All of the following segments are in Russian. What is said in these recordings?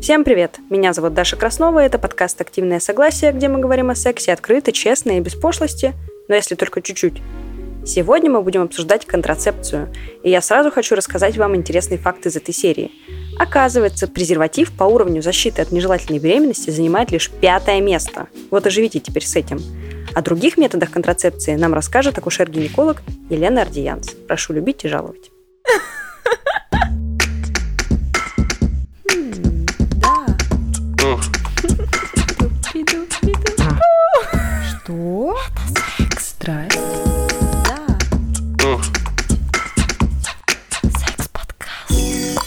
Всем привет! Меня зовут Даша Краснова, это подкаст «Активное согласие», где мы говорим о сексе открыто, честно и без пошлости, но если только чуть-чуть. Сегодня мы будем обсуждать контрацепцию, и я сразу хочу рассказать вам интересный факт из этой серии. Оказывается, презерватив по уровню защиты от нежелательной беременности занимает лишь 5-е место. Вот и живите теперь с этим. О других методах контрацепции нам расскажет акушер-гинеколог Елена Ардиянц. Прошу любить и жаловать. Что? Это секс. Здрасте. Да. Секс-подкаст.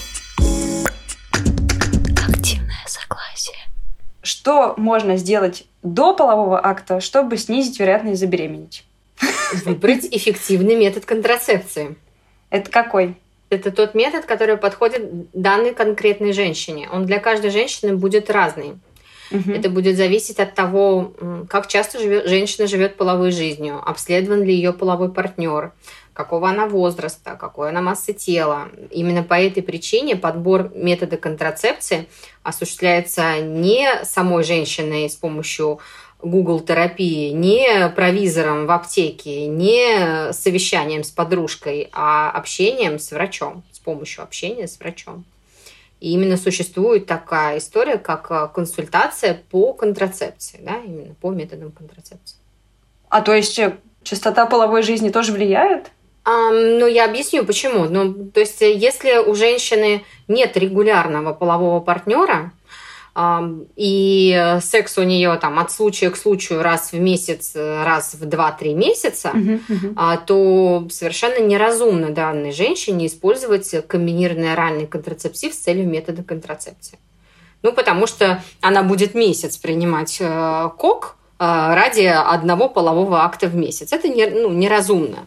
Активное согласие. Что можно сделать до полового акта, чтобы снизить вероятность забеременеть? Выбрать эффективный метод контрацепции. Это какой? Это тот метод, который подходит данной конкретной женщине. Он для каждой женщины будет разный. Это будет зависеть от того, как часто женщина живет половой жизнью, обследован ли ее половой партнер, какого она возраста, какой она массы тела. Именно по этой причине подбор метода контрацепции осуществляется не самой женщиной с помощью Google-терапии, не провизором в аптеке, не совещанием с подружкой, а общением с врачом, с помощью общения с врачом. И именно существует такая история, как консультация по контрацепции, да, именно по методам контрацепции. А то есть частота половой жизни тоже влияет? Ну, я объясню, почему. То есть, если у женщины нет регулярного полового партнера, и секс у нее там от случая к случаю раз в месяц, раз в 2-3 месяца, то совершенно неразумно данной женщине использовать комбинированный оральный контрацептив с целью метода контрацепции. Потому что она будет месяц принимать КОК ради одного полового акта в месяц. Это неразумно.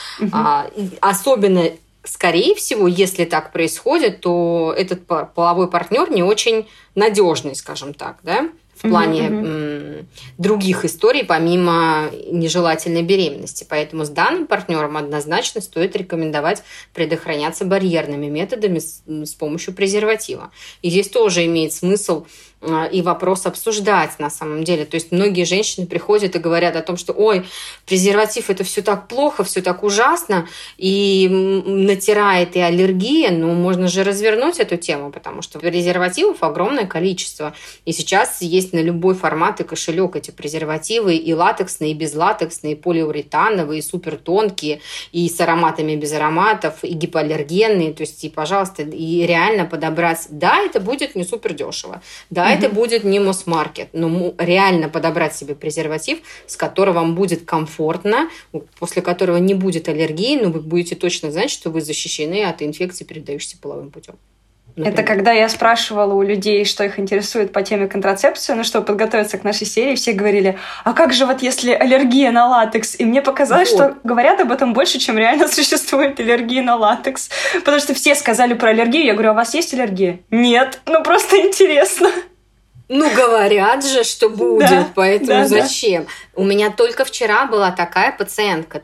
Особенно, скорее всего, если так происходит, то этот половой партнер не очень надежный, скажем так, да, в плане других историй, помимо нежелательной беременности. Поэтому с данным партнером однозначно стоит рекомендовать предохраняться барьерными методами с помощью презерватива. И здесь тоже имеет смысл и вопрос обсуждать на самом деле. То есть многие женщины приходят и говорят о том, что ой, презерватив это все так плохо, все так ужасно, и натирает и аллергия. Можно же развернуть эту тему, потому что презервативов огромное количество. И сейчас есть на любой формат и кошелек эти презервативы, и латексные, и безлатексные, и полиуретановые, и супертонкие, и с ароматами без ароматов, и гипоаллергенные. То есть, и, пожалуйста, и реально подобрать. Да, это будет не супер дешево. Да, это будет не Мосмаркет, но реально подобрать себе презерватив, с которого вам будет комфортно, после которого не будет аллергии, но вы будете точно знать, что вы защищены от инфекций, передающихся половым путем. Например. Это когда я спрашивала у людей, что их интересует по теме контрацепции, чтобы подготовиться к нашей серии, все говорили, а как же если аллергия на латекс? И мне показалось, что говорят об этом больше, чем реально существует аллергия на латекс. Потому что все сказали про аллергию, я говорю, а у вас есть аллергия? Нет, просто интересно. Говорят же, что будет, да, поэтому зачем? Да. У меня только вчера была такая пациентка,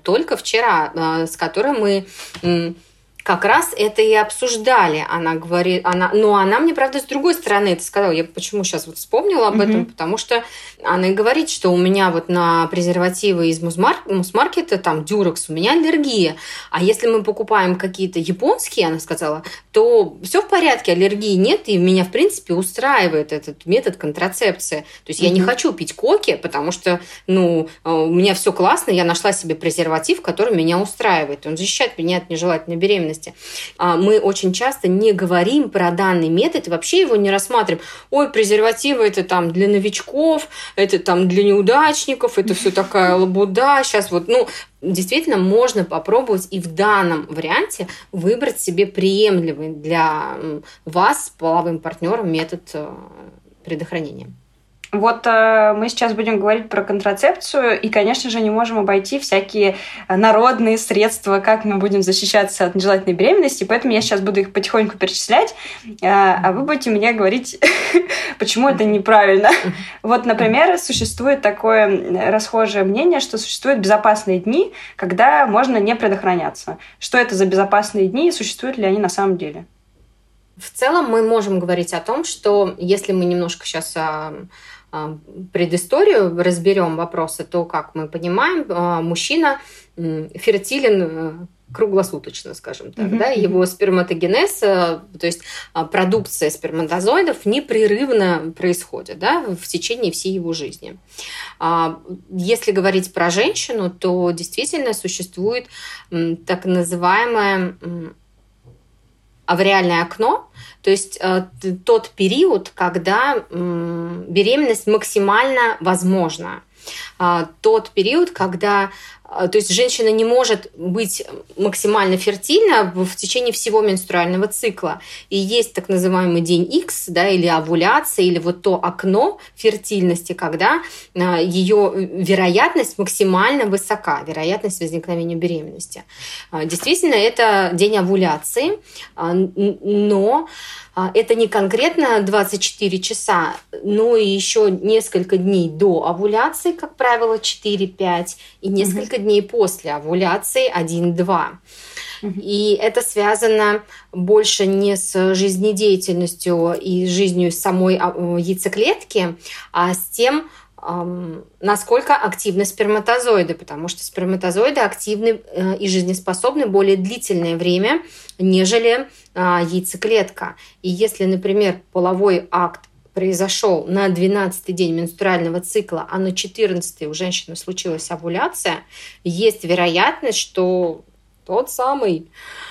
с которой мы как раз это и обсуждали. Она говорит, она мне, правда, с другой стороны это сказала. Я почему сейчас вспомнила об этом? Потому что она и говорит, что у меня на презервативы из Мосмаркета, там, Дюрекс, у меня аллергия. А если мы покупаем какие-то японские, она сказала, то все в порядке, аллергии нет, и меня, в принципе, устраивает этот метод контрацепции. То есть я не хочу пить коки, потому что, у меня все классно, я нашла себе презерватив, который меня устраивает. Он защищает меня от нежелательной беременности. Мы очень часто не говорим про данный метод и вообще его не рассматриваем. Ой, презервативы это там для новичков, это там для неудачников, это все такая лабуда. Сейчас действительно можно попробовать и в данном варианте выбрать себе приемлемый для вас с половым партнером метод предохранения. Мы сейчас будем говорить про контрацепцию, и, конечно же, не можем обойти всякие народные средства, как мы будем защищаться от нежелательной беременности, поэтому я сейчас буду их потихоньку перечислять, а вы будете мне говорить, почему это неправильно. Например, существует такое расхожее мнение, что существуют безопасные дни, когда можно не предохраняться. Что это за безопасные дни и существуют ли они на самом деле? В целом мы можем говорить о том, что если мы немножко сейчас предысторию разберем вопроса, то, как мы понимаем, мужчина фертилен круглосуточно, скажем так, да, его сперматогенез, то есть продукция сперматозоидов непрерывно происходит, да, в течение всей его жизни. Если говорить про женщину, то действительно существует так называемое авриальное окно, то есть тот период, когда беременность максимально возможна. Тот период, когда то есть женщина не может быть максимально фертильна в течение всего менструального цикла. И есть так называемый день X, да, или овуляция, или вот то окно фертильности, когда ее вероятность максимально высока, вероятность возникновения беременности. Действительно, это день овуляции, но это не конкретно 24 часа, но и еще несколько дней до овуляции, как правило, 4-5, и несколько дней после овуляции 1-2. И это связано больше не с жизнедеятельностью и жизнью самой яйцеклетки, а с тем, насколько активны сперматозоиды, потому что сперматозоиды активны и жизнеспособны более длительное время, нежели яйцеклетка. И если, например, половой акт произошел на 12-й день менструального цикла, а на 14-й у женщины случилась овуляция, есть вероятность, что тот самый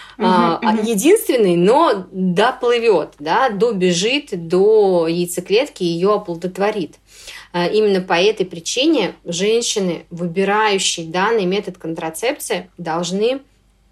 единственный, но доплывет, да, добежит до яйцеклетки и ее оплодотворит. Именно по этой причине женщины, выбирающие данный метод контрацепции, должны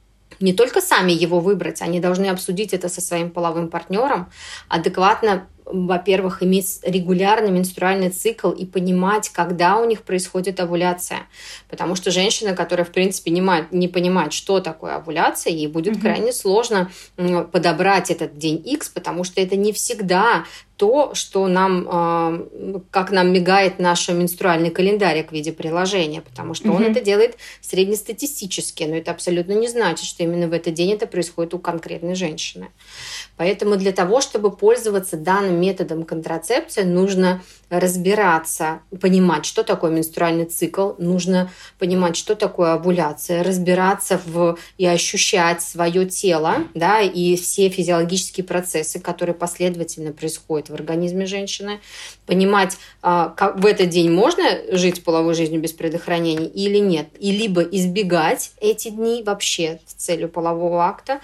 не только сами его выбрать, они должны обсудить это со своим половым партнером, адекватно, во-первых, иметь регулярный менструальный цикл и понимать, когда у них происходит овуляция. Потому что женщина, которая, в принципе, не понимает, что такое овуляция, ей будет крайне сложно подобрать этот день X, потому что это не всегда то, что нам, как нам мигает наш менструальный календарик в виде приложения, потому что он это делает среднестатистически, но это абсолютно не значит, что именно в этот день это происходит у конкретной женщины. Поэтому для того, чтобы пользоваться данным методом контрацепции, нужно разбираться, понимать, что такое менструальный цикл, нужно понимать, что такое овуляция, разбираться и ощущать свое тело, да, и все физиологические процессы, которые последовательно происходят в организме женщины, понимать, как в этот день можно жить половой жизнью без предохранений или нет, и либо избегать эти дни вообще с целью полового акта,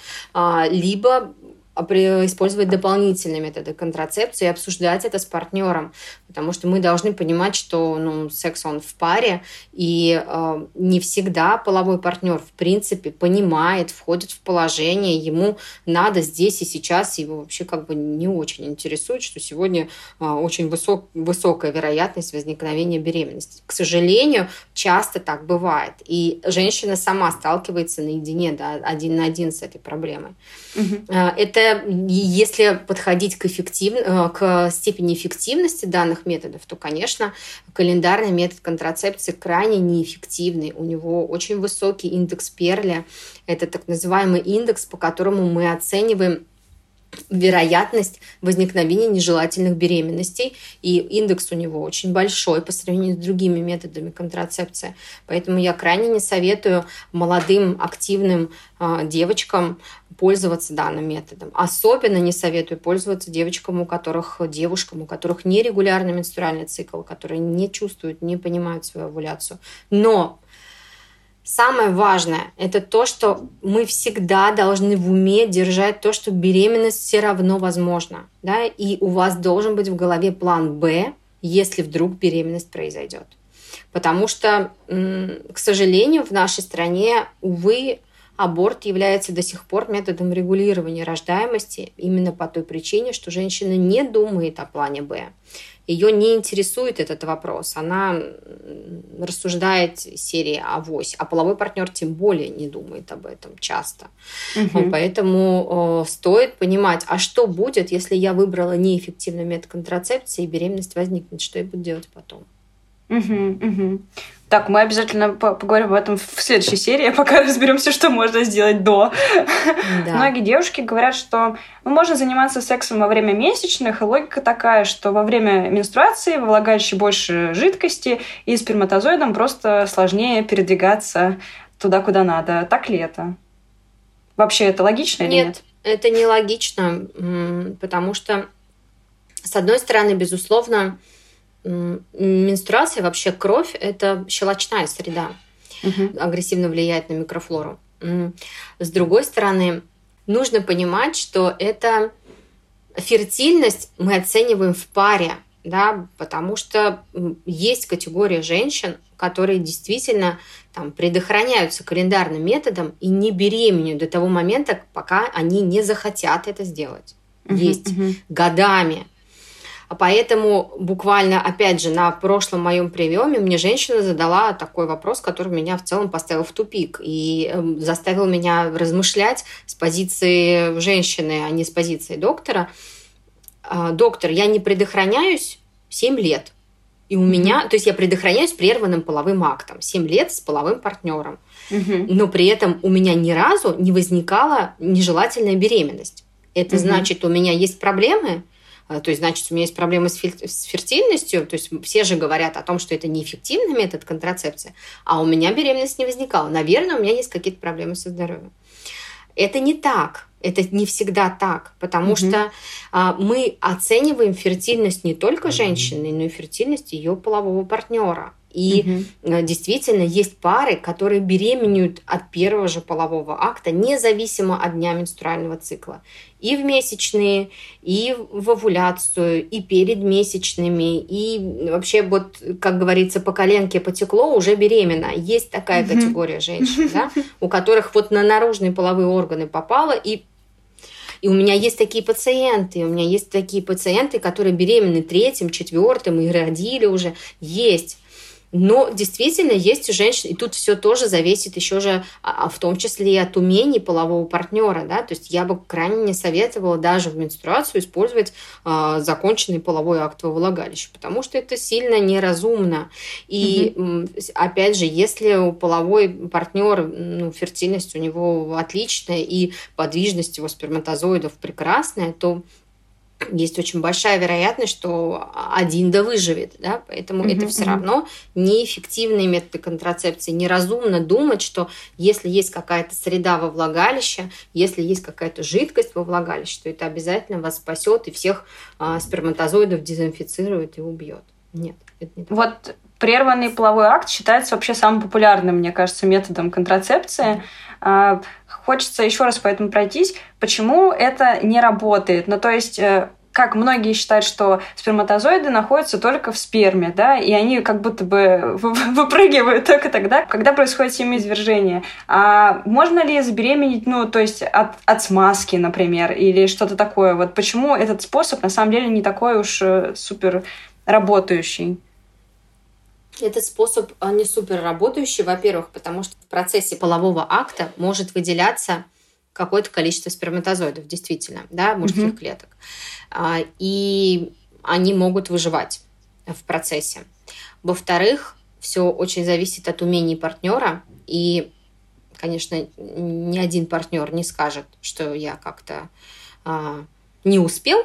либо использовать дополнительные методы контрацепции и обсуждать это с партнером, потому что мы должны понимать, что секс он в паре, и не всегда половой партнер в принципе понимает, входит в положение, ему надо здесь и сейчас, его вообще как бы не очень интересует, что сегодня очень высокая вероятность возникновения беременности. К сожалению, часто так бывает, и женщина сама сталкивается наедине, да, один на один с этой проблемой. Это если подходить к степени эффективности данных методов, то, конечно, календарный метод контрацепции крайне неэффективный. У него очень высокий индекс Перля. Это так называемый индекс, по которому мы оцениваем вероятность возникновения нежелательных беременностей, и индекс у него очень большой по сравнению с другими методами контрацепции. Поэтому я крайне не советую молодым, активным девочкам пользоваться данным методом. Особенно не советую пользоваться девушкам, у которых нерегулярный менструальный цикл, которые не чувствуют, не понимают свою овуляцию. Но самое важное – это то, что мы всегда должны в уме держать то, что беременность все равно возможна. Да? И у вас должен быть в голове план «Б», если вдруг беременность произойдет. Потому что, к сожалению, в нашей стране, увы, аборт является до сих пор методом регулирования рождаемости именно по той причине, что женщина не думает о плане «Б». Ее не интересует этот вопрос. Она рассуждает серии «авось», а половой партнер тем более не думает об этом часто. Поэтому стоит понимать, а что будет, если я выбрала неэффективный метод контрацепции, и беременность возникнет, что я буду делать потом. Так, мы обязательно поговорим об этом в следующей серии, пока разберемся, что можно сделать до. Да. Многие девушки говорят, что можно заниматься сексом во время месячных, и логика такая, что во время менструации во влагалище больше жидкости, и сперматозоидам просто сложнее передвигаться туда, куда надо. Так ли это? Вообще это логично или нет? Нет, это не логично, потому что, с одной стороны, безусловно, менструация, вообще кровь – это щелочная среда, агрессивно влияет на микрофлору. С другой стороны, нужно понимать, что это фертильность мы оцениваем в паре, да, потому что есть категория женщин, которые действительно предохраняются календарным методом и не беременеют до того момента, пока они не захотят это сделать. Есть годами. А поэтому буквально, опять же, на прошлом моем приеме мне женщина задала такой вопрос, который меня в целом поставил в тупик и заставил меня размышлять с позиции женщины, а не с позиции доктора. Доктор, я не предохраняюсь 7 лет. И у меня, то есть я предохраняюсь прерванным половым актом. 7 лет с половым партнером. Но при этом у меня ни разу не возникала нежелательная беременность. Это значит, у меня есть проблемы. То есть, значит, у меня есть проблемы с фертильностью. То есть все же говорят о том, что это неэффективный метод контрацепции, а у меня беременность не возникала. Наверное, у меня есть какие-то проблемы со здоровьем. Это не так. Это не всегда так, потому что мы оцениваем фертильность не только женщины, но и фертильность ее полового партнера. И действительно есть пары, которые беременеют от первого же полового акта, независимо от дня менструального цикла. И в месячные, и в овуляцию, и перед месячными, и вообще, вот, как говорится, по коленке потекло, уже беременна. Есть такая категория женщин, да, у которых вот на наружные половые органы попало, и у меня есть такие пациенты, которые беременны 3-м, 4-м и родили уже. Есть. Но действительно есть у женщин, и тут все тоже зависит еще же, в том числе и от умений полового партнера, да, то есть я бы крайне не советовала даже в менструацию использовать законченный половой акт во влагалище, потому что это сильно неразумно. И опять же, если половой партнер, фертильность у него отличная и подвижность его сперматозоидов прекрасная, то есть очень большая вероятность, что один выживет, да? Поэтому это все равно неэффективные методы контрацепции. Неразумно думать, что если есть какая-то среда во влагалище, если есть какая-то жидкость во влагалище, то это обязательно вас спасет и всех сперматозоидов дезинфицирует и убьет. Нет, это не так. Вот прерванный половой акт считается вообще самым популярным, мне кажется, методом контрацепции. Хочется еще раз по этому пройтись. Почему это не работает? Ну, то есть, как многие считают, что сперматозоиды находятся только в сперме, да, и они как будто бы выпрыгивают только тогда, когда происходит семяизвержение. А можно ли забеременеть, то есть от смазки, например, или что-то такое? Вот почему этот способ на самом деле не такой уж супер работающий? Этот способ не супер работающий, во-первых, потому что в процессе полового акта может выделяться какое-то количество сперматозоидов, действительно, да, мужских клеток. И они могут выживать в процессе. Во-вторых, все очень зависит от умений партнера. И, конечно, ни один партнер не скажет, что я как-то не успел.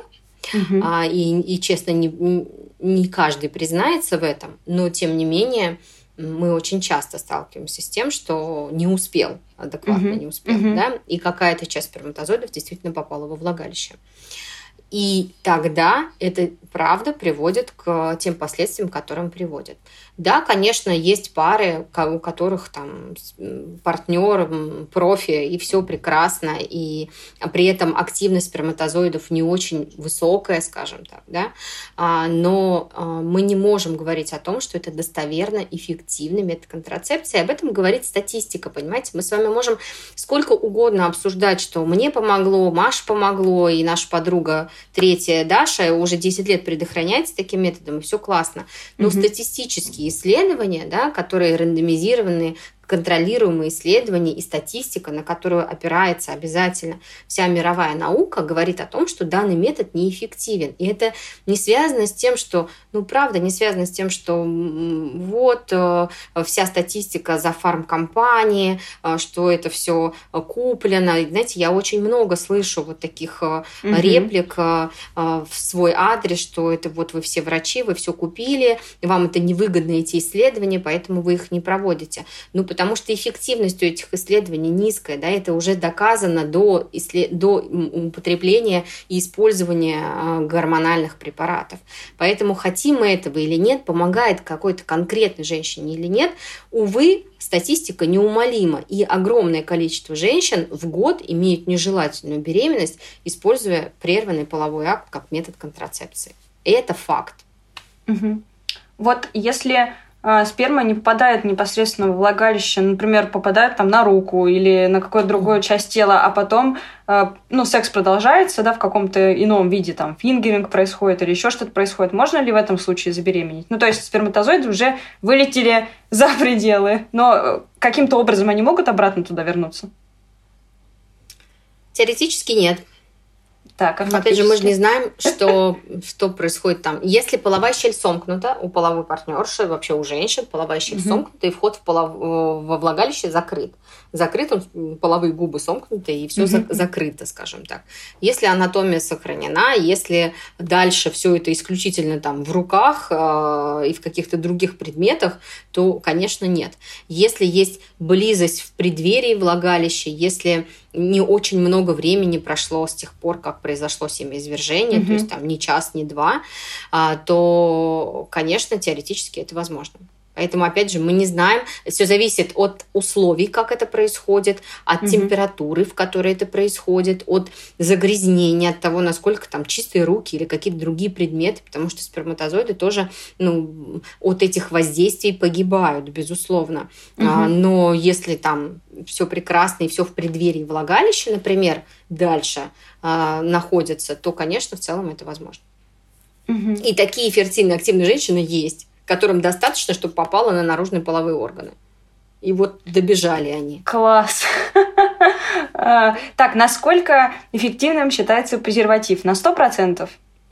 И, честно, не каждый признается в этом, но, тем не менее, мы очень часто сталкиваемся с тем, что не успел, адекватно не успел, да, и какая-то часть сперматозоидов действительно попала во влагалище. И тогда это, правда, приводит к тем последствиям, к которым приводит. Да, конечно, есть пары, у которых там партнер, профи, и все прекрасно, и при этом активность сперматозоидов не очень высокая, скажем так, да, но мы не можем говорить о том, что это достоверно эффективный метод контрацепции. Об этом говорит статистика, понимаете? Мы с вами можем сколько угодно обсуждать, что мне помогло, Маше помогло, и наша подруга третья, Даша, уже 10 лет предохраняется таким методом, и все классно. Но статистические исследования, да, которые рандомизированы, контролируемые исследования и статистика, на которую опирается обязательно вся мировая наука, говорит о том, что данный метод неэффективен. И это не связано с тем, что, правда, не связано с тем, что вся статистика за фармкомпании, что это все куплено. Знаете, я очень много слышу вот таких реплик в свой адрес, что это вот вы все врачи, вы все купили, вам это невыгодно, эти исследования, поэтому вы их не проводите. Потому что эффективность у этих исследований низкая, да, это уже доказано до употребления и использования гормональных препаратов. Поэтому хотим мы этого или нет, помогает какой-то конкретной женщине или нет, увы, статистика неумолима, и огромное количество женщин в год имеют нежелательную беременность, используя прерванный половой акт как метод контрацепции. И это факт. Угу. Вот если сперма не попадает непосредственно в влагалище, например, попадает там на руку или на какую-то другую часть тела, а потом секс продолжается, да, в каком-то ином виде, там фингеринг происходит или еще что-то происходит, можно ли в этом случае забеременеть? То есть сперматозоиды уже вылетели за пределы, но каким-то образом они могут обратно туда вернуться? Теоретически нет. Так, опять же, мы же не знаем, что происходит там. Если половая щель сомкнута у половой партнерши, вообще у женщин половая щель сомкнута, и вход во влагалище закрыт. Закрыт он, половые губы сомкнуты, и все закрыто, скажем так. Если анатомия сохранена, если дальше все это исключительно там в руках и в каких-то других предметах, то, конечно, нет. Если есть близость в преддверии влагалища, если не очень много времени прошло с тех пор, как произошло семяизвержение, то есть там ни час, ни два, то, конечно, теоретически это возможно. Поэтому, опять же, мы не знаем, все зависит от условий, как это происходит, от температуры, в которой это происходит, от загрязнения, от того, насколько там чистые руки или какие-то другие предметы, потому что сперматозоиды тоже от этих воздействий погибают, безусловно. Но если там все прекрасно и все в преддверии влагалища, например, дальше находится, то, конечно, в целом это возможно. И такие фертильно активные женщины есть, которым достаточно, чтобы попало на наружные половые органы. И вот добежали они. Класс! Так, насколько эффективным считается презерватив? На 100%?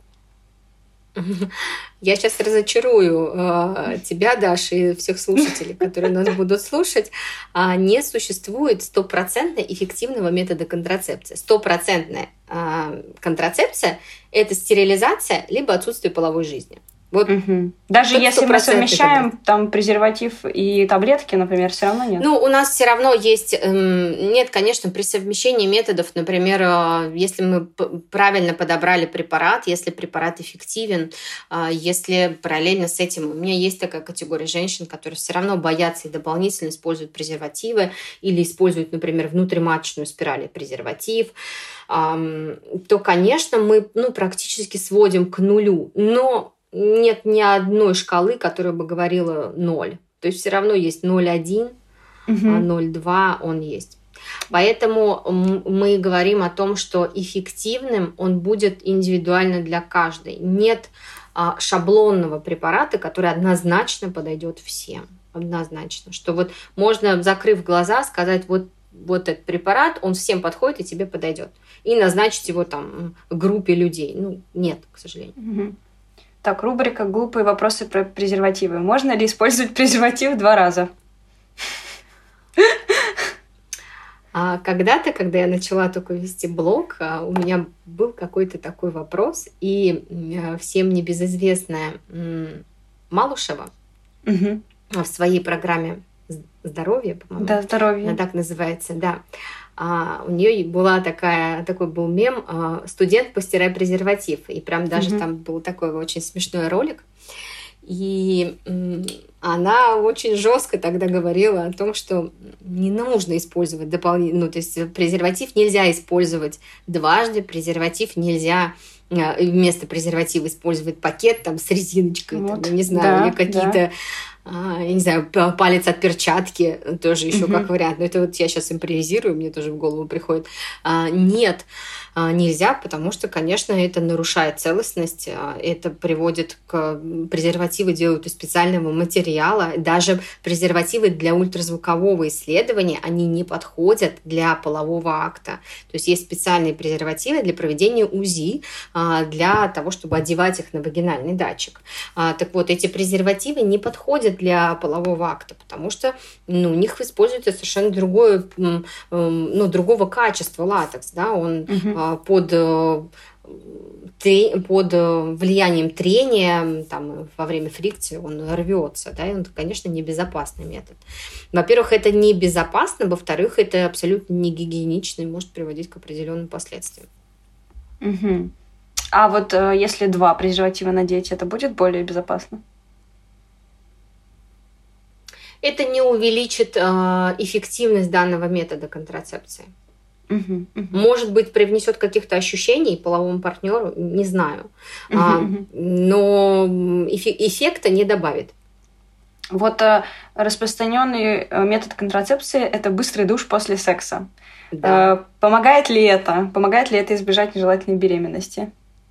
Я сейчас разочарую тебя, Даша, и всех слушателей, которые нас будут слушать. Не существует стопроцентно эффективного метода контрацепции. Стопроцентная контрацепция – это стерилизация либо отсутствие половой жизни. Вот даже если мы совмещаем там презерватив и таблетки, например, все равно нет? У нас все равно есть... Нет, конечно, при совмещении методов, например, если мы правильно подобрали препарат, если препарат эффективен, если параллельно с этим... У меня есть такая категория женщин, которые все равно боятся и дополнительно используют презервативы или используют, например, внутриматочную спираль презерватив, то, конечно, мы практически сводим к нулю. Но нет ни одной шкалы, которая бы говорила 0. То есть все равно есть 0,1, 0,2 он есть. Поэтому мы говорим о том, что эффективным он будет индивидуально для каждой. Нет шаблонного препарата, который однозначно подойдет всем. Однозначно. Что вот можно, закрыв глаза, сказать, вот этот препарат, он всем подходит и тебе подойдет. И назначить его там группе людей. Нет, к сожалению. Так, рубрика «Глупые вопросы про презервативы». Можно ли использовать презерватив 2 раза? Когда-то, когда я начала только вести блог, у меня был какой-то такой вопрос, и всем небезызвестная Малышева в своей программе «Здоровье», по-моему. Да, «Здоровье». Она так называется, да. У нее такой был мем «Студент, постирай презерватив». И прям даже там был такой очень смешной ролик. И она очень жестко тогда говорила о том, что не нужно использовать дополнительно. То есть презерватив нельзя использовать дважды, презерватив нельзя вместо презерватива использовать пакет там, с резиночкой, вот, там, я не знаю, или какие-то я не знаю, палец от перчатки тоже еще как вариант. Но это вот я сейчас импровизирую, мне тоже в голову приходит. Нет, нельзя, потому что, конечно, это нарушает целостность, это приводит к... Презервативы делают из специального материала. Даже презервативы для ультразвукового исследования, они не подходят для полового акта. То есть есть специальные презервативы для проведения УЗИ, для того, чтобы одевать их на вагинальный датчик. Так вот, эти презервативы не подходят для полового акта, потому что у них используется совершенно другого качества латекс. Да? Он под влиянием трения, там, во время фрикции он рвется, да, и он, конечно, небезопасный метод. Во-первых, это небезопасно, во-вторых, это абсолютно не гигиенично и может приводить к определенным последствиям. А вот если 2 презерватива надеть, это будет более безопасно? Это не увеличит эффективность данного метода контрацепции. Может быть, привнесет каких-то ощущений половому партнеру, не знаю, но эффекта не добавит. Вот распространенный метод контрацепции – это быстрый душ после секса. Да. Помогает ли это? Помогает ли это избежать нежелательной беременности?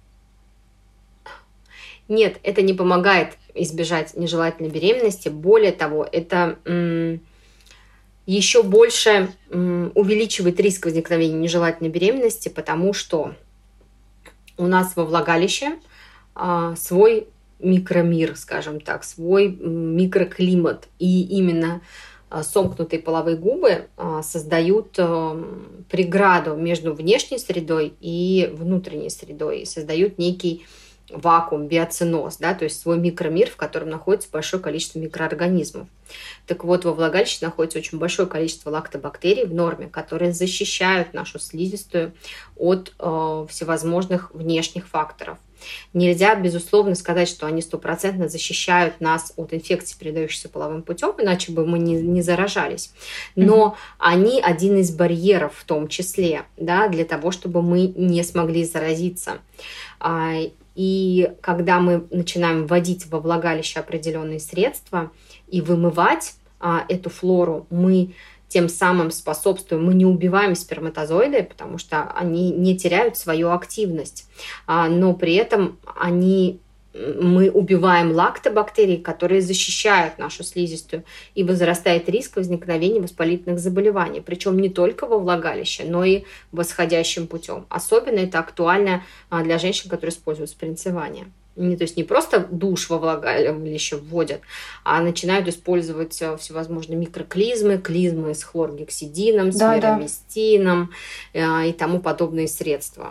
Нет, это не помогает избежать нежелательной беременности. Более того, это еще больше увеличивает риск возникновения нежелательной беременности, потому что у нас во влагалище свой микромир, скажем так, свой микроклимат. И именно сомкнутые половые губы создают преграду между внешней средой и внутренней средой, и создают некий вакуум, биоценоз, да, то есть свой микромир, в котором находится большое количество микроорганизмов. Так вот, во влагалище находится очень большое количество лактобактерий в норме, которые защищают нашу слизистую от всевозможных внешних факторов. Нельзя, безусловно, сказать, что они 100% защищают нас от инфекций, передающихся половым путем, иначе бы мы не заражались. Но они один из барьеров в том числе, да, для того, чтобы мы не смогли заразиться. И когда мы начинаем вводить во влагалище определенные средства и вымывать эту флору, мы тем самым способствуем, мы не убиваем сперматозоиды, потому что они не теряют свою активность, но при этом мы убиваем лактобактерии, которые защищают нашу слизистую, и возрастает риск возникновения воспалительных заболеваний, причем не только во влагалище, но и восходящим путем. Особенно это актуально для женщин, которые используют спринцевание. То есть не просто душ во влагалище вводят, а начинают использовать всевозможные микроклизмы, клизмы с хлоргексидином, с мироместином и тому подобные средства.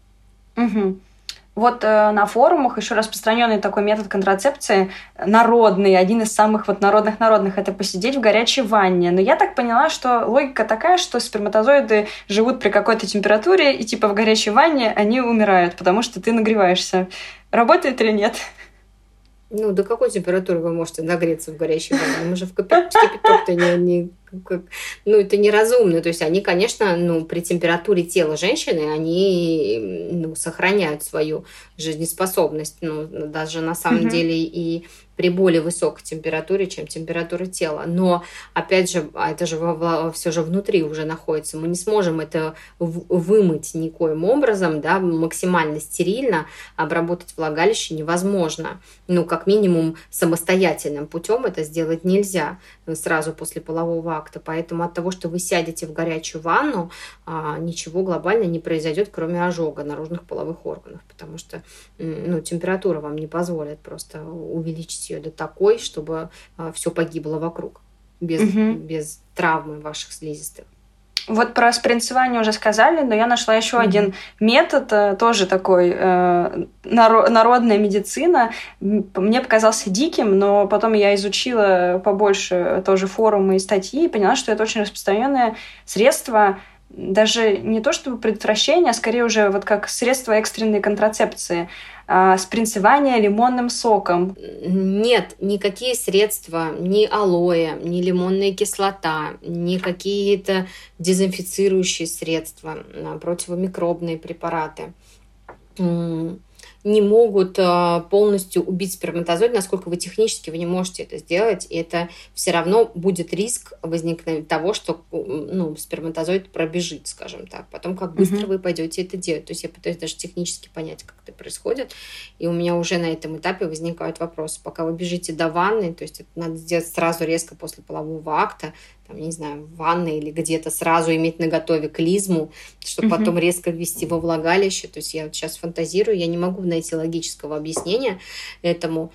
Вот на форумах еще распространенный такой метод контрацепции, народный, один из самых вот народных, это посидеть в горячей ванне. Но я так поняла, что логика такая, что сперматозоиды живут при какой-то температуре, и типа в горячей ванне они умирают, потому что ты нагреваешься. Работает или нет? До какой температуры вы можете нагреться в горячей ванне? Мы же в кипяток-то это неразумно. То есть они, конечно, при температуре тела женщины, они сохраняют свою жизнеспособность. Даже на самом деле и при более высокой температуре, чем температура тела. Но, опять же, это же все же внутри уже находится. Мы не сможем это вымыть никоим образом, да, максимально стерильно обработать влагалище невозможно. Как минимум, самостоятельным путем это сделать нельзя сразу после полового акта. Поэтому от того, что вы сядете в горячую ванну, ничего глобально не произойдет, кроме ожога наружных половых органов, потому что температура вам не позволит просто увеличить ее до такой, чтобы все погибло вокруг, без травмы ваших слизистых. Вот про спринцевание уже сказали, но я нашла еще один метод, тоже такой народная медицина. Мне показался диким, но потом я изучила побольше тоже форумы и статьи и поняла, что это очень распространенное средство, даже не то чтобы предотвращение, а скорее уже вот как средство экстренной контрацепции. Спринцевание лимонным соком. Нет, никакие средства, ни алоэ, ни лимонная кислота, ни какие-то дезинфицирующие средства, противомикробные препараты не могут полностью убить сперматозоид, насколько вы технически вы не можете это сделать, и это все равно будет риск возникновения того, что сперматозоид пробежит, скажем так. Потом, как быстро вы пойдете это делать. То есть я пытаюсь даже технически понять, как это происходит, и у меня уже на этом этапе возникают вопросы. Пока вы бежите до ванны, то есть это надо сделать сразу резко после полового акта, там, не знаю, в ванной или где-то сразу иметь наготове клизму, чтобы потом резко ввести во влагалище. То есть я вот сейчас фантазирую, я не могу найти логического объяснения этому,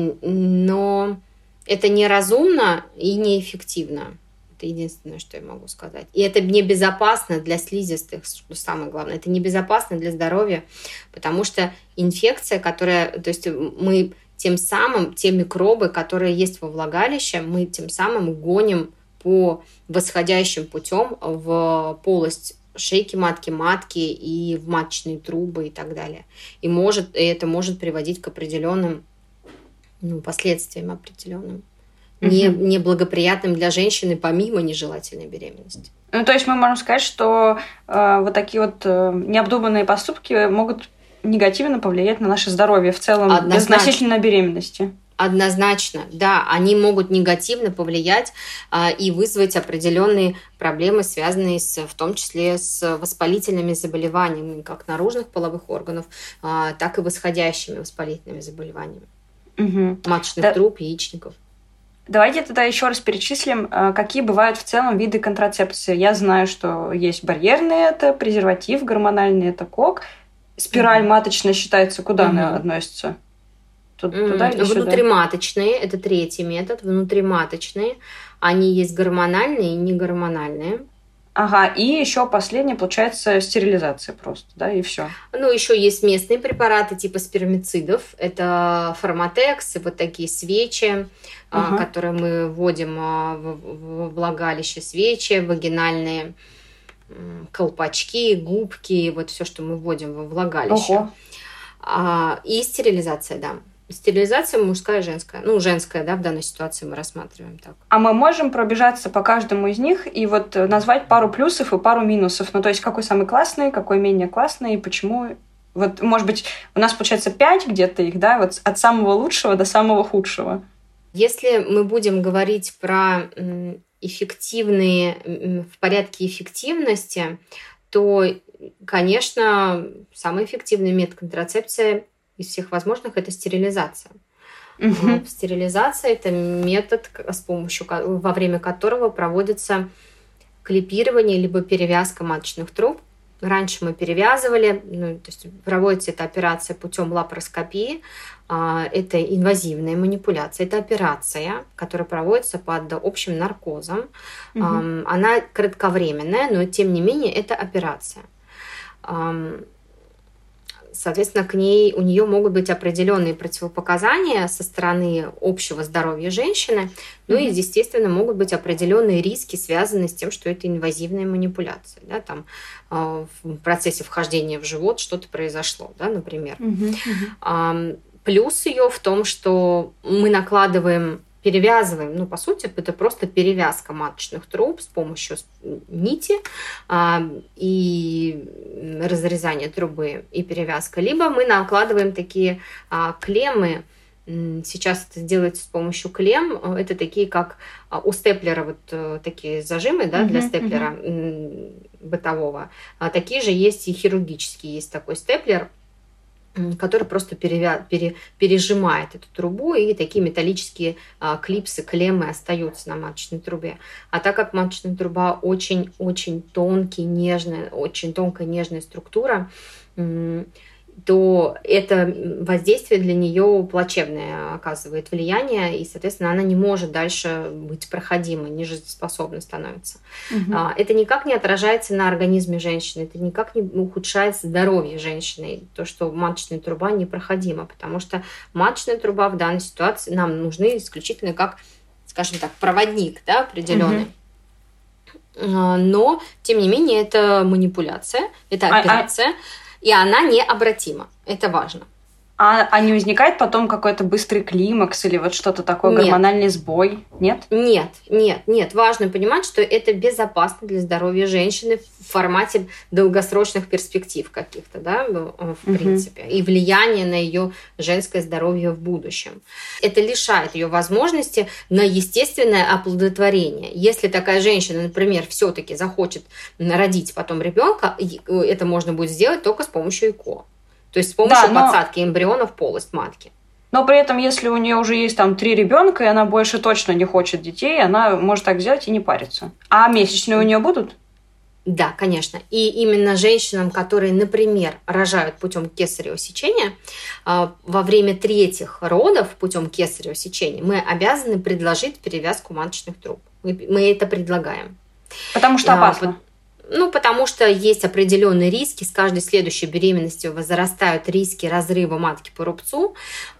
но это неразумно и неэффективно. Это единственное, что я могу сказать. И это небезопасно для слизистых, что самое главное. Это небезопасно для здоровья, потому что инфекция, которая... То есть мы тем самым, те микробы, которые есть во влагалище, мы тем самым гоним по восходящим путем в полость шейки матки и в маточные трубы и так далее. И это может приводить к определенным последствиям определенным, неблагоприятным для женщины, помимо нежелательной беременности. То есть мы можем сказать, что вот такие вот необдуманные поступки могут негативно повлиять на наше здоровье в целом безотносительно беременности. Однозначно, да, они могут негативно повлиять и вызвать определенные проблемы, связанные в том числе с воспалительными заболеваниями, как наружных половых органов, так и восходящими воспалительными заболеваниями маточных труб, яичников. Давайте тогда еще раз перечислим, какие бывают в целом виды контрацепции. Я знаю, что есть барьерный, это презерватив, гормональный, это КОК. Спираль маточная считается, куда она относится? Туда или сюда? Внутриматочные, это третий метод. Внутриматочные, они есть гормональные и негормональные. Ага, и еще последнее, получается, стерилизация просто, да, и все. Еще есть местные препараты типа спермицидов. Это Форматекс, вот такие свечи, которые мы вводим в влагалище, свечи, вагинальные колпачки, губки, вот все, что мы вводим во влагалище. И стерилизация, да. Стерилизация мужская и женская. Женская, да, в данной ситуации мы рассматриваем так. А мы можем пробежаться по каждому из них и вот назвать пару плюсов и пару минусов? То есть какой самый классный, какой менее классный и почему? Вот, может быть, у нас получается 5 где-то их, да, вот от самого лучшего до самого худшего. Если мы будем говорить про эффективные, в порядке эффективности, то, конечно, самый эффективный метод контрацепции из всех возможных – это стерилизация. Стерилизация – это метод, во время которого проводится клипирование либо перевязка маточных труб. Раньше мы перевязывали, то есть проводится эта операция путем лапароскопии. Это инвазивная манипуляция, это операция, которая проводится под общим наркозом. Она кратковременная, но тем не менее это операция. Соответственно, у нее могут быть определенные противопоказания со стороны общего здоровья женщины, и, естественно, могут быть определенные риски, связанные с тем, что это инвазивная манипуляция. Да, там, в процессе вхождения в живот что-то произошло, да, например. Плюс ее в том, что мы перевязываем, по сути, это просто перевязка маточных труб с помощью нити и разрезание трубы и перевязка. Либо мы накладываем такие клеммы. Сейчас это делается с помощью клемм. Это такие, как у степлера, вот такие зажимы, да, для степлера бытового. Такие же есть и хирургические. Есть такой степлер, который просто пережимает эту трубу, и такие металлические клипсы, клеммы остаются на маточной трубе. А так как маточная труба очень-очень тонкая, нежная структура, то это воздействие для нее плачевное оказывает влияние, и, соответственно, она не может дальше быть проходимой, нежизнеспособной становится. Это никак не отражается на организме женщины, это никак не ухудшает здоровье женщины, то, что маточная труба непроходима, потому что маточная труба в данной ситуации нам нужны исключительно как, скажем так, проводник, да, определенный. Но, тем не менее, это манипуляция, это операция, и она необратима. Это важно. А не возникает потом какой-то быстрый климакс или вот что-то такое, Нет. гормональный сбой? Нет? Нет. Важно понимать, что это безопасно для здоровья женщины в формате долгосрочных перспектив каких-то, да, в принципе, и влияние на ее женское здоровье в будущем. Это лишает ее возможности на естественное оплодотворение. Если такая женщина, например, все-таки захочет родить потом ребенка, это можно будет сделать только с помощью ЭКО. То есть с помощью подсадки эмбриона в полость матки. Но при этом, если у нее уже есть там 3 ребенка, и она больше точно не хочет детей, она может так сделать и не париться. А месячные у нее будут? Да, конечно. И именно женщинам, которые, например, рожают путем кесарево сечения, во время 3-х родов путем кесарево сечения мы обязаны предложить перевязку маточных труб. Мы это предлагаем. Потому что опасно. Потому что есть определенные риски. С каждой следующей беременностью возрастают риски разрыва матки по рубцу.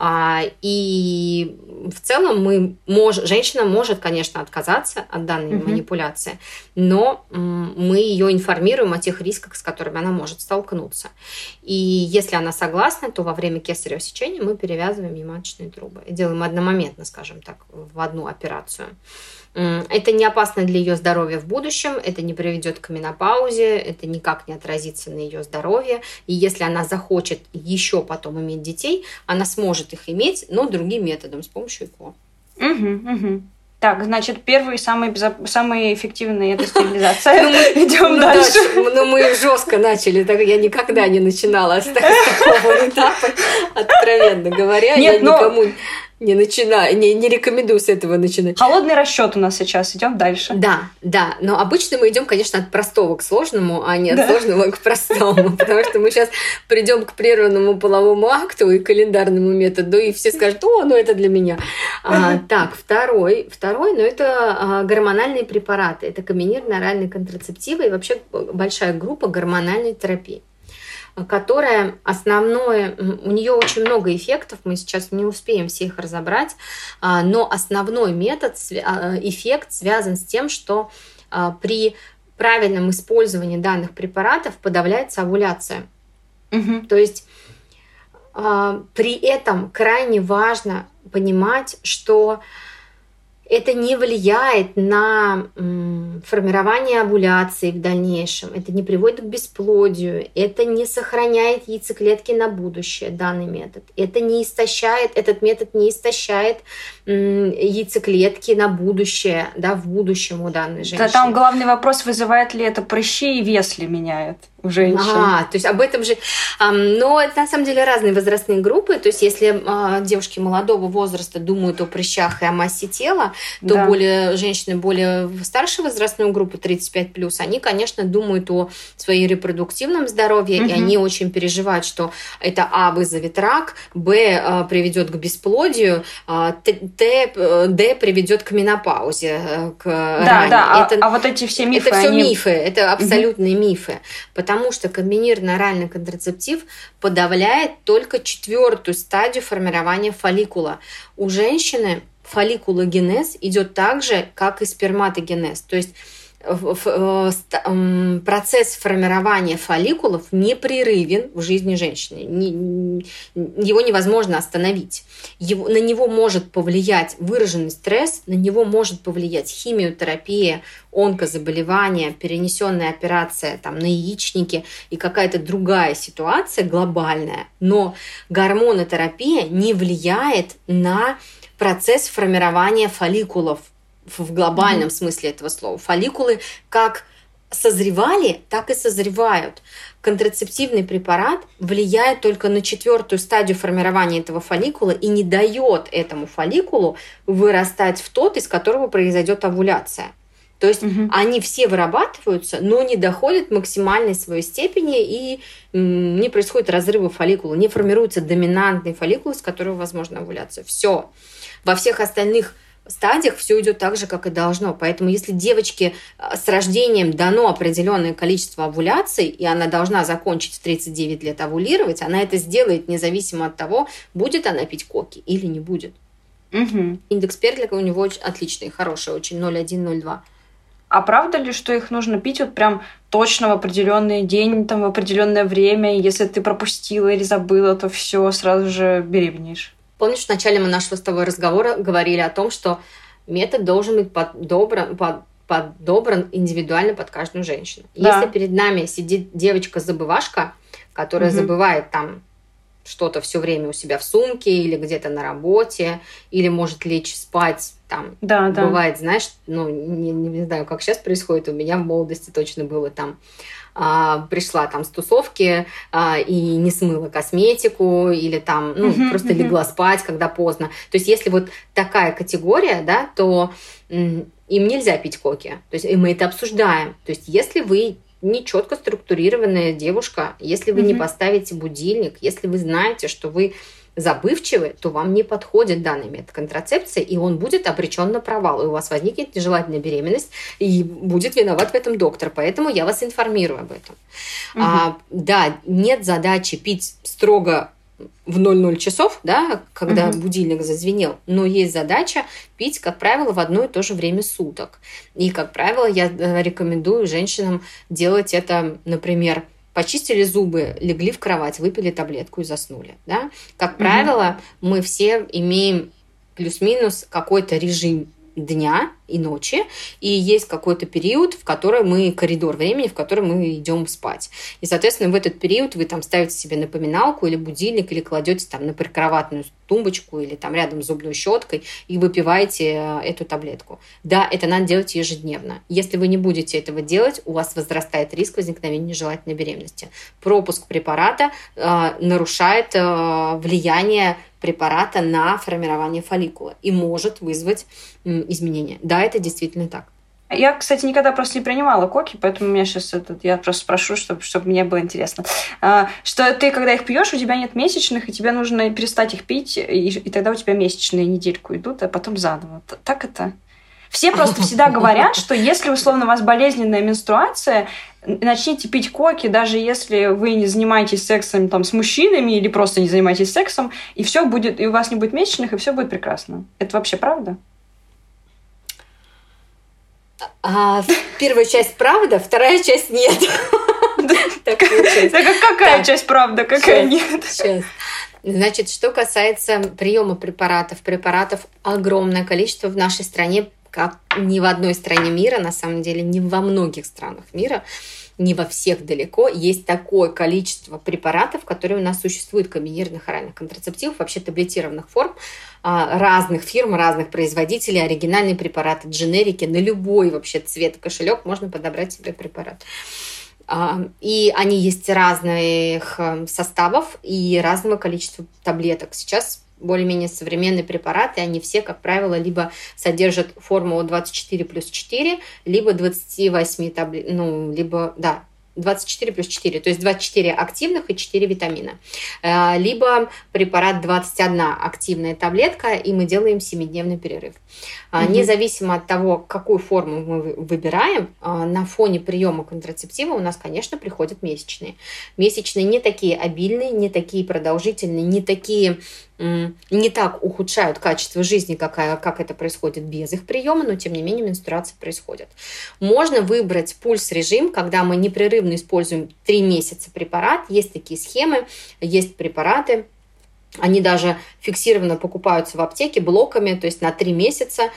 И в целом женщина может, конечно, отказаться от данной манипуляции, но мы ее информируем о тех рисках, с которыми она может столкнуться. И если она согласна, то во время кесарево сечения мы перевязываем ей маточные трубы. И делаем одномоментно, скажем так, в одну операцию. Это не опасно для ее здоровья в будущем, это не приведет к менопаузе, это никак не отразится на ее здоровье. И если она захочет еще потом иметь детей, она сможет их иметь, но другим методом, с помощью ЭКО. Так, значит, первый, самый эффективный – это стерилизация. Идем дальше. Мы жестко начали, так я никогда не начинала с такого этапа, откровенно говоря. Я никому не начинаю, не рекомендую с этого начинать. Холодный расчет у нас сейчас. Идем дальше. Да. Но обычно мы идем, конечно, от простого к сложному, а не от сложного к простому. Потому что мы сейчас придем к прерванному половому акту и календарному методу, и все скажут: это для меня. Так, второй, это гормональные препараты. Это комбинированные оральные контрацептивы и вообще большая группа гормональной терапии, которая основное, у нее очень много эффектов, мы сейчас не успеем все их разобрать, но основной эффект связан с тем, что при правильном использовании данных препаратов подавляется овуляция. То есть при этом крайне важно понимать, что это не влияет на формирование овуляции в дальнейшем, это не приводит к бесплодию, это не сохраняет яйцеклетки на будущее, данный метод. Этот метод не истощает яйцеклетки на будущее, да, в будущем у данной женщины. Да, там главный вопрос, вызывает ли это прыщи и вес ли меняет у женщин. То есть об этом же... Но это на самом деле разные возрастные группы. То есть если девушки молодого возраста думают о прыщах и о массе тела, то женщины более старшей возрастной группы, 35+, они, конечно, думают о своем репродуктивном здоровье, и они очень переживают, что это вызовет рак, приведет к бесплодию, Д приведет к менопаузе, к ране. А вот эти все мифы... Это все мифы, это абсолютные мифы. Потому что комбинированный оральный контрацептив подавляет только 4-ю стадию формирования фолликула. У женщины фолликулогенез идет так же, как и сперматогенез. То есть процесс формирования фолликулов непрерывен в жизни женщины. Его невозможно остановить. На него может повлиять выраженный стресс, на него может повлиять химиотерапия, онкозаболевания, перенесенная операция на яичнике и какая-то другая ситуация глобальная. Но гормонотерапия не влияет на процесс формирования фолликулов в глобальном смысле этого слова. Фолликулы как созревали, так и созревают. Контрацептивный препарат влияет только на 4-ю стадию формирования этого фолликула и не дает этому фолликулу вырастать в тот, из которого произойдет овуляция. То есть они все вырабатываются, но не доходят к максимальной своей степени, и не происходит разрыва фолликула, не формируется доминантный фолликул, из которого возможна овуляция. Все. Во всех остальных стадиях все идет так же, как и должно. Поэтому если девочке с рождением дано определенное количество овуляций, и она должна закончить в 39 лет овулировать, она это сделает независимо от того, будет она пить коки или не будет. Индекс Перлика у него очень отличный, хороший, очень 0,1-0,2. А правда ли, что их нужно пить вот прям точно в определенный день, там, в определенное время, и если ты пропустила или забыла, то все сразу же беременеешь? Помнишь, в начале нашего с тобой разговора говорили о том, что метод должен быть подобран индивидуально под каждую женщину. Да. Если перед нами сидит девочка-забывашка, которая забывает там что-то все время у себя в сумке или где-то на работе, или может лечь спать, там, бывает, знаешь, не знаю, как сейчас происходит, у меня в молодости точно было там, пришла там с тусовки и не смыла косметику, или там, просто легла спать, когда поздно. То есть, если вот такая категория, да, то им нельзя пить коки. То есть, и мы это обсуждаем. То есть, если вы не четко структурированная девушка, если вы не поставите будильник, если вы знаете, что вы забывчивы, то вам не подходит данный метод контрацепции, и он будет обречен на провал, и у вас возникнет нежелательная беременность, и будет виноват в этом доктор. Поэтому я вас информирую об этом. Да, нет задачи пить строго в 00 часов, да, когда будильник зазвенел, но есть задача пить, как правило, в одно и то же время суток. И, как правило, я рекомендую женщинам делать это, например, почистили зубы, легли в кровать, выпили таблетку и заснули. Да? Как правило, мы все имеем плюс-минус какой-то режим дня и ночи, и есть какой-то период, в который коридор времени, в который мы идем спать. И, соответственно, в этот период вы там ставите себе напоминалку или будильник, или кладете там на прикроватную тумбочку или там рядом с зубной щеткой и выпиваете эту таблетку. Да, это надо делать ежедневно. Если вы не будете этого делать, у вас возрастает риск возникновения нежелательной беременности. Пропуск препарата нарушает влияние препарата на формирование фолликула и может вызвать изменения. Да, это действительно так. Я, кстати, никогда просто не принимала коки, поэтому у меня сейчас я просто спрошу, чтобы мне было интересно. Что ты, когда их пьешь, у тебя нет месячных, и тебе нужно перестать их пить, и тогда у тебя месячные недельку идут, а потом заново. Так это? Все просто всегда говорят, что если, условно, у вас болезненная менструация, начните пить коки, даже если вы не занимаетесь сексом там, с мужчинами или просто не занимаетесь сексом, и все будет, и у вас не будет месячных, и все будет прекрасно. Это вообще правда? Первая часть правда, вторая часть нет. Какая часть правда, какая нет? Сейчас. Значит, что касается приема препаратов огромное количество в нашей стране, как ни в одной стране мира, на самом деле, ни во многих странах мира, не во всех далеко, есть такое количество препаратов, которые у нас существуют, комбинированных оральных контрацептивов, вообще таблетированных форм, разных фирм, разных производителей, оригинальные препараты, дженерики, на любой вообще цвет, кошелек можно подобрать себе препарат. И они есть разных составов и разного количества таблеток. Сейчас более-менее современные препараты, они все, как правило, либо содержат формулу 24+4, либо 28 таблеток, либо, 24+4, то есть 24 активных и 4 витамина. Либо препарат 21 активная таблетка, и мы делаем 7-дневный перерыв. Независимо от того, какую форму мы выбираем, на фоне приема контрацептива у нас, конечно, приходят месячные. Месячные не такие обильные, не такие продолжительные, не так ухудшают качество жизни, как это происходит без их приема, но тем не менее менструация происходит. Можно выбрать пульс-режим, когда мы непрерывно используем 3 месяца препарат. Есть такие схемы, есть препараты. Они даже фиксированно покупаются в аптеке блоками, то есть на 3 месяца.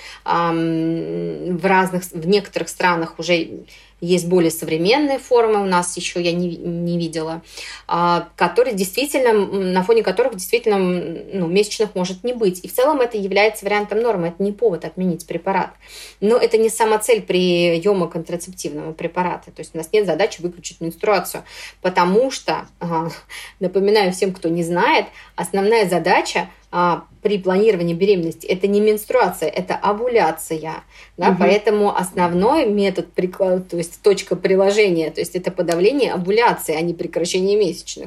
В некоторых странах уже есть более современные формы, у нас еще я не видела, которые действительно, на фоне которых действительно месячных может не быть. И в целом это является вариантом нормы, это не повод отменить препарат. Но это не сама цель приема контрацептивного препарата. То есть у нас нет задачи выключить менструацию, потому что, напоминаю всем, кто не знает, основная задача при планировании беременности это не менструация, это овуляция. Да? Поэтому основной метод, то есть точка приложения, то есть это подавление овуляции, а не прекращение месячных.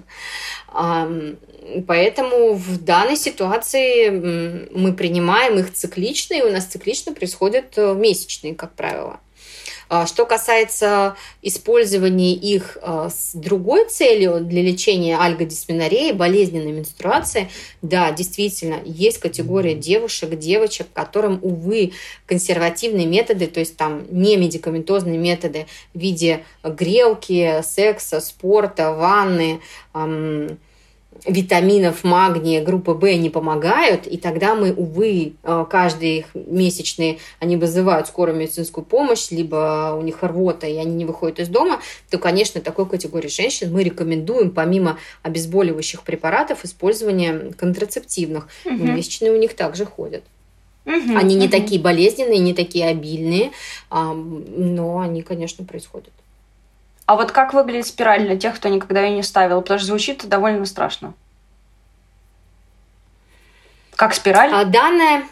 Поэтому в данной ситуации мы принимаем их циклично, и у нас циклично происходят месячные, как правило. Что касается использования их с другой целью для лечения альгодисменореи, болезненной менструации, да, действительно, есть категория девушек, девочек, которым, увы, консервативные методы, то есть там не медикаментозные методы в виде грелки, секса, спорта, ванны, витаминов, магния, группы В не помогают, и тогда мы, увы, каждые их месячные, они вызывают скорую медицинскую помощь, либо у них рвота, и они не выходят из дома, то, конечно, такой категории женщин мы рекомендуем, помимо обезболивающих препаратов, использование контрацептивных. Месячные у них также ходят. Они не такие болезненные, не такие обильные, но они, конечно, происходят. А вот как выглядит спираль для тех, кто никогда ее не ставил? Потому что звучит довольно страшно. Как спираль? Данное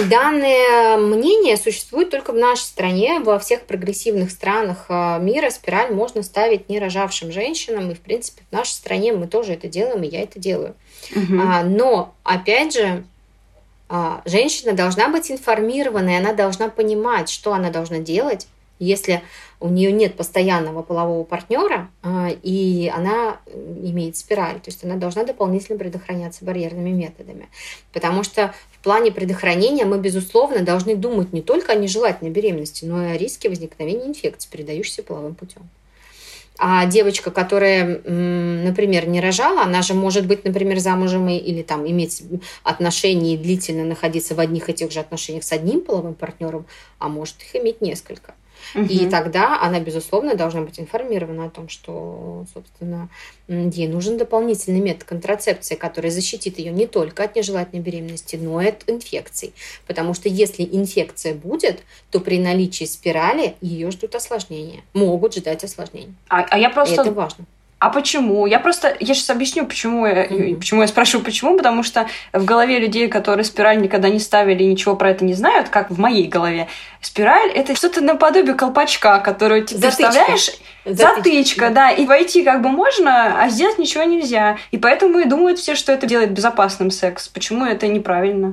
мнение существует только в нашей стране. Во всех прогрессивных странах мира спираль можно ставить не рожавшим женщинам. И, в принципе, в нашей стране мы тоже это делаем, и я это делаю. Но, опять же, женщина должна быть информирована, и она должна понимать, что она должна делать, если у нее нет постоянного полового партнера, и она имеет спираль. То есть она должна дополнительно предохраняться барьерными методами. Потому что в плане предохранения мы, безусловно, должны думать не только о нежелательной беременности, но и о риске возникновения инфекций, передающихся половым путем. А девочка, которая, например, не рожала, она же может быть, например, замужем или там иметь отношения и длительно находиться в одних и тех же отношениях с одним половым партнером, а может их иметь несколько. И тогда она, безусловно, должна быть информирована о том, что, собственно, ей нужен дополнительный метод контрацепции, который защитит ее не только от нежелательной беременности, но и от инфекций. Потому что если инфекция будет, то при наличии спирали ее ждут осложнения. Могут ждать осложнений. Я просто... И это важно. А почему? Я сейчас объясню, почему я спрашиваю, почему, потому что в голове людей, которые спираль никогда не ставили и ничего про это не знают, как в моей голове, спираль – это что-то наподобие колпачка, которую ты вставляешь. Затычка, да, и войти как бы можно, а сделать ничего нельзя. И поэтому и думают все, что это делает безопасным секс. Почему это неправильно?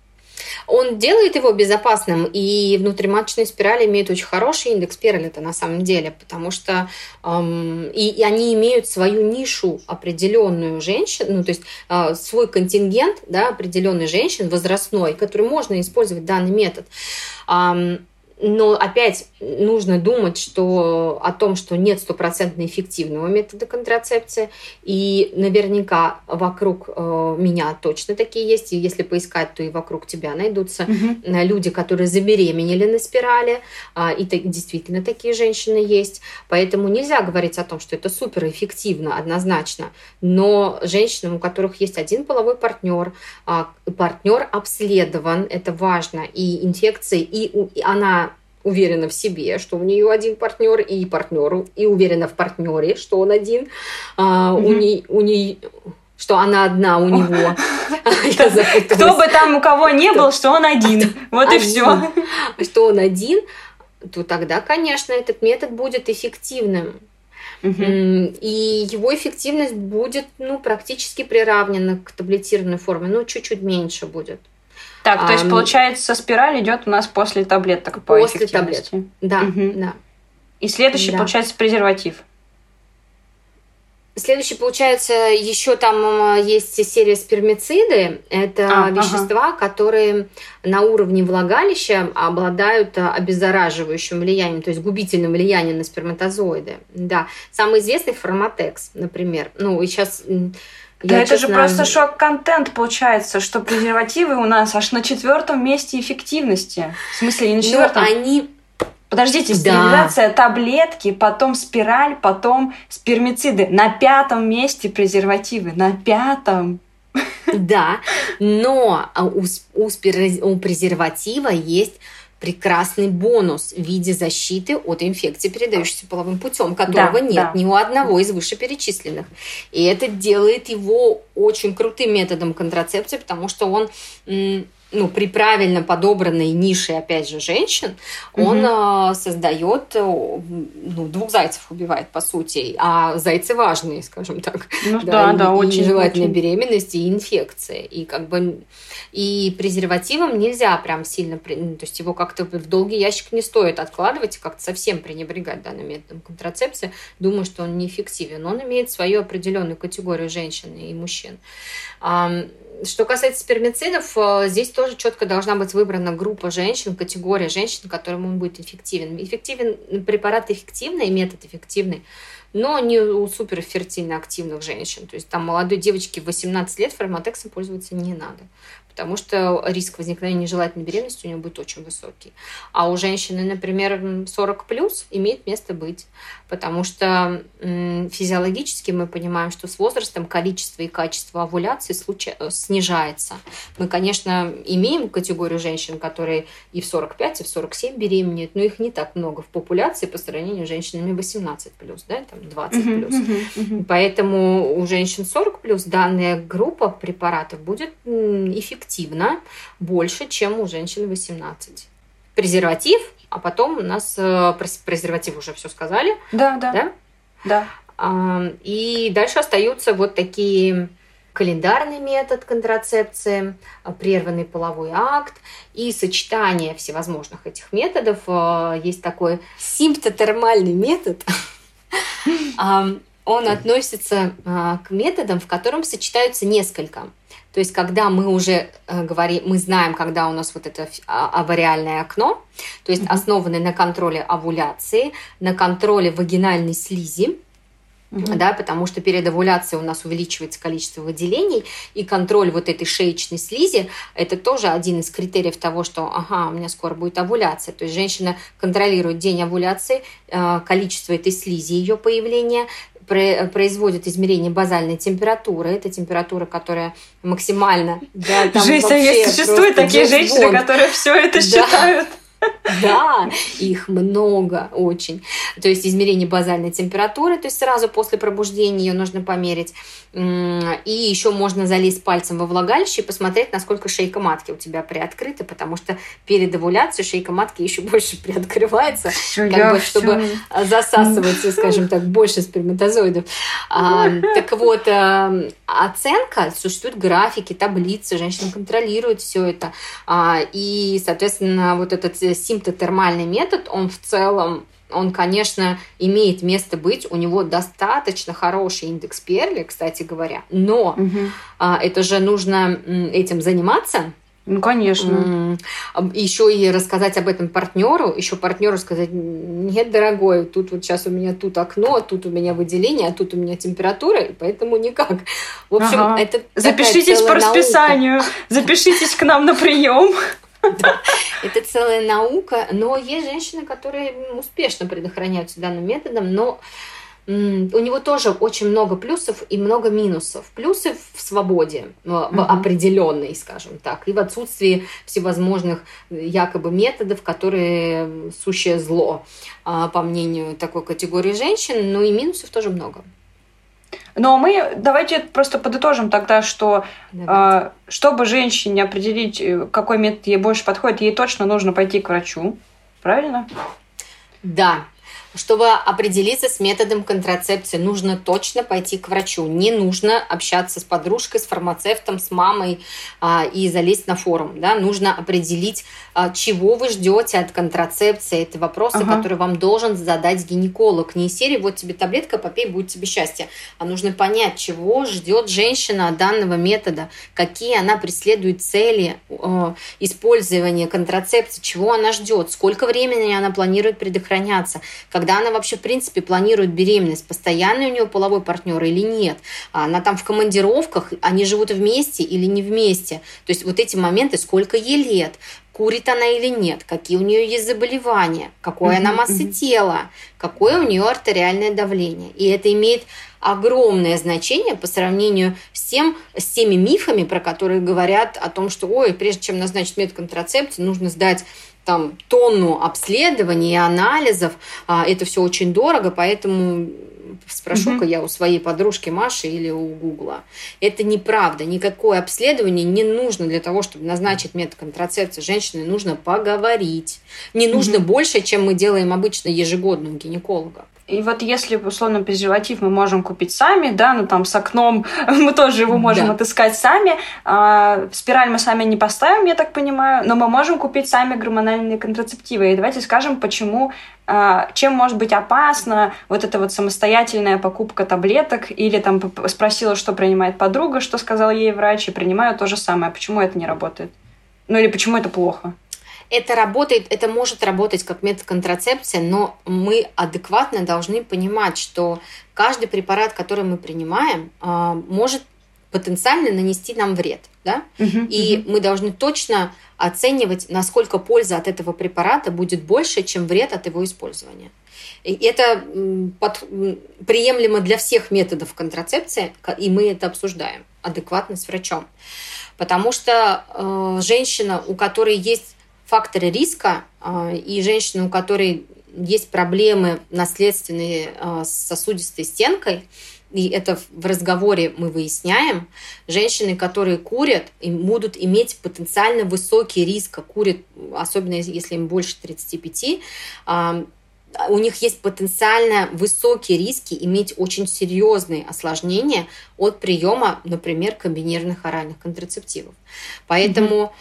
Он делает его безопасным, и внутриматочные спирали имеют очень хороший индекс Перлита на самом деле, потому что и они имеют свою нишу определенную женщин, ну, то есть свой контингент, да, определенный женщин возрастной, который можно использовать данный метод. Но опять нужно думать о том, что нет стопроцентно эффективного метода контрацепции. И наверняка вокруг меня точно такие есть. И если поискать, то и вокруг тебя найдутся люди, которые забеременели на спирали. И действительно такие женщины есть. Поэтому нельзя говорить о том, что это суперэффективно однозначно. Но женщинам, у которых есть один половой партнер, партнер обследован, это важно. И инфекции, и она уверена в себе, что у нее один партнер, и уверена в партнере, что он один, у нее, что она одна у него. Кто бы там у кого не был, что он один. Вот и все. Что он один, то тогда, конечно, этот метод будет эффективным. И его эффективность будет практически приравнена к таблетированной форме, чуть-чуть меньше будет. Так, то есть, получается, спираль идет у нас после таблеток по эффективности. После таблеток, да. И следующий, получается, презерватив. Следующий, получается, еще там есть серия спермициды. Это вещества, которые на уровне влагалища обладают обеззараживающим влиянием, то есть губительным влиянием на сперматозоиды. Да. Самый известный Форматекс, например. И сейчас... Это же просто шок-контент получается, что презервативы у нас аж на 4-м месте эффективности. В смысле, не на 4-м. Подождите, стерилизация, таблетки, потом спираль, потом спермициды. На 5-м месте презервативы. На 5-м. Да, но у презерватива есть прекрасный бонус в виде защиты от инфекции, передающейся половым путем, которого нет ни у одного из вышеперечисленных. И это делает его очень крутым методом контрацепции, потому что он при правильно подобранной нише, опять же, женщин, он создает, двух зайцев убивает, по сути, а зайцы важные, скажем так. Очень. Нежелательная беременность и инфекция. И презервативом нельзя прям сильно, то есть его как-то в долгий ящик не стоит откладывать, как-то совсем пренебрегать данным методом контрацепции. Думаю, что он неэффективен. Он имеет свою определенную категорию женщин и мужчин. Что касается спермицидов, здесь тоже четко должна быть выбрана группа женщин, категория женщин, которым он будет эффективен. Препарат эффективный, и метод эффективный, но не у суперфертильно активных женщин. То есть там молодой девочке в 18 лет ферматексом пользоваться не надо, потому что риск возникновения нежелательной беременности у нее будет очень высокий. А у женщины, например, 40+, имеет место быть, потому что физиологически мы понимаем, что с возрастом количество и качество овуляции снижается. Мы, конечно, имеем категорию женщин, которые и в 45, и в 47 беременеют, но их не так много в популяции по сравнению с женщинами 18+, да, там 20+. Поэтому у женщин 40+, данная группа препаратов будет эффективна больше, чем у женщин 18. Презерватив, а потом у нас презерватив уже все сказали. Да. И дальше остаются вот такие календарный метод контрацепции, прерванный половой акт и сочетание всевозможных этих методов. Есть такой симптотермальный метод. Он относится к методам, в котором сочетаются несколько. То есть, когда мы уже говорим, мы знаем, когда у нас вот это овариальное окно, то есть основанное на контроле овуляции, на контроле вагинальной слизи, да, потому что перед овуляцией у нас увеличивается количество выделений, и контроль вот этой шеечной слизи – это тоже один из критериев того, что у меня скоро будет овуляция. То есть женщина контролирует день овуляции, количество этой слизи, ее появления, производит измерение базальной температуры. Это температура, которая максимально... Жесть, существуют такие женщины, которые все это считают. Да, их много очень. То есть измерение базальной температуры, то есть сразу после пробуждения ее нужно померить. И еще можно залезть пальцем во влагалище и посмотреть, насколько шейка матки у тебя приоткрыта, потому что перед овуляцией шейка матки еще больше приоткрывается, чтобы засасывать, скажем так, больше сперматозоидов. Так вот, оценка, существуют графики, таблицы, женщина контролирует все это. И, соответственно, вот этот симптотермальный метод, он в целом, он, конечно, имеет место быть, у него достаточно хороший индекс Перли, кстати говоря, но это же нужно этим заниматься. Ну, конечно. Еще и рассказать об этом партнеру, еще партнеру сказать: нет, дорогой, тут вот сейчас у меня тут окно, тут у меня выделение, а тут у меня температура, и поэтому никак. В общем, это запишитесь по расписанию, запишитесь к нам на прием. Да, это целая наука, но есть женщины, которые успешно предохраняются данным методом, но у него тоже очень много плюсов и много минусов. Плюсы в свободе, в определенной, скажем так, и в отсутствии всевозможных якобы методов, которые сущее зло, по мнению такой категории женщин, но и минусов тоже много. Но мы давайте просто подытожим тогда, что чтобы женщине определить, какой метод ей больше подходит, ей точно нужно пойти к врачу. Правильно? Да. Чтобы определиться с методом контрацепции, нужно точно пойти к врачу. Не нужно общаться с подружкой, с фармацевтом, с мамой и залезть на форум. Да? Нужно определить, чего вы ждете от контрацепции. Это вопросы, которые вам должен задать гинеколог. Не из серии «вот тебе таблетка, попей, будет тебе счастье». А нужно понять, чего ждет женщина от данного метода, какие она преследует цели использования контрацепции, чего она ждет, сколько времени она планирует предохраняться, когда она вообще, в принципе, планирует беременность, постоянный у нее половой партнер или нет, она там в командировках, они живут вместе или не вместе. То есть вот эти моменты, сколько ей лет, курит она или нет, какие у нее есть заболевания, какой она массы тела, какое у нее артериальное давление. И это имеет огромное значение по сравнению с теми мифами, про которые говорят о том, что, ой, прежде чем назначить метод контрацепции, нужно сдать там тонну обследований и анализов. Это все очень дорого, поэтому спрошу-ка я у своей подружки Маши или у Гугла. Это неправда. Никакое обследование не нужно для того, чтобы назначить метод контрацепции. Женщине нужно поговорить. Не нужно больше, чем мы делаем обычно ежегодно у гинеколога. И вот если, условно, презерватив мы можем купить сами, да, ну там с окном мы тоже его можем отыскать сами, спираль мы сами не поставим, я так понимаю, но мы можем купить сами гормональные контрацептивы. И давайте скажем, почему, чем может быть опасна вот эта вот самостоятельная покупка таблеток, или там спросила, что принимает подруга, что сказал ей врач, и принимаю то же самое. Почему это не работает? Ну или почему это плохо? Это работает, это может работать как метод контрацепции, но мы адекватно должны понимать, что каждый препарат, который мы принимаем, может потенциально нанести нам вред. Да? И мы должны точно оценивать, насколько польза от этого препарата будет больше, чем вред от его использования. И это приемлемо для всех методов контрацепции, и мы это обсуждаем адекватно с врачом. Потому что женщина, у которой есть факторы риска, и женщины, у которой есть проблемы наследственные с сосудистой стенкой, и это в разговоре мы выясняем, женщины, которые курят, будут иметь потенциально высокий риск, курят, особенно если им больше 35, у них есть потенциально высокие риски иметь очень серьезные осложнения от приема, например, комбинированных оральных контрацептивов. Поэтому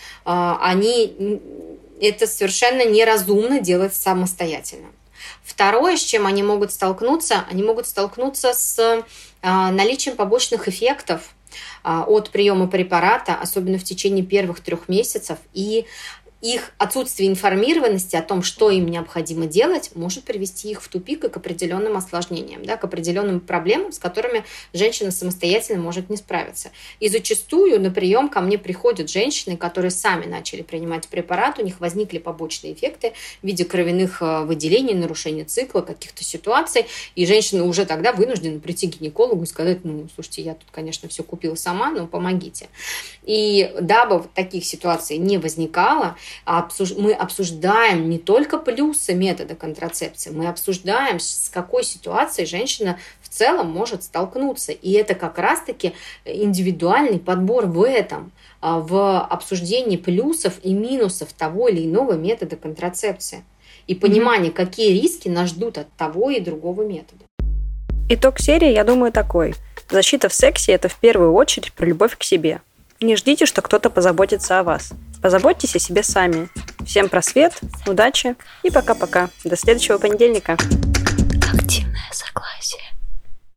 это совершенно неразумно делать самостоятельно. Второе, с чем они могут столкнуться с наличием побочных эффектов от приема препарата, особенно в течение первых 3 месяцев, и их отсутствие информированности о том, что им необходимо делать, может привести их в тупик и к определенным осложнениям, да, к определенным проблемам, с которыми женщина самостоятельно может не справиться. И зачастую на прием ко мне приходят женщины, которые сами начали принимать препарат, у них возникли побочные эффекты в виде кровяных выделений, нарушения цикла, каких-то ситуаций, и женщина уже тогда вынуждена прийти к гинекологу и сказать: ну, слушайте, я тут, конечно, все купила сама, но помогите. И дабы таких ситуаций не возникало, мы обсуждаем не только плюсы метода контрацепции, мы обсуждаем, с какой ситуацией женщина в целом может столкнуться. И это как раз-таки индивидуальный подбор в этом, в обсуждении плюсов и минусов того или иного метода контрацепции. И понимание, какие риски нас ждут от того и другого метода. Итог серии, я думаю, такой. Защита в сексе – это в первую очередь про любовь к себе. Не ждите, что кто-то позаботится о вас. Позаботьтесь о себе сами. Всем просвет, удачи и пока-пока. До следующего понедельника. Активная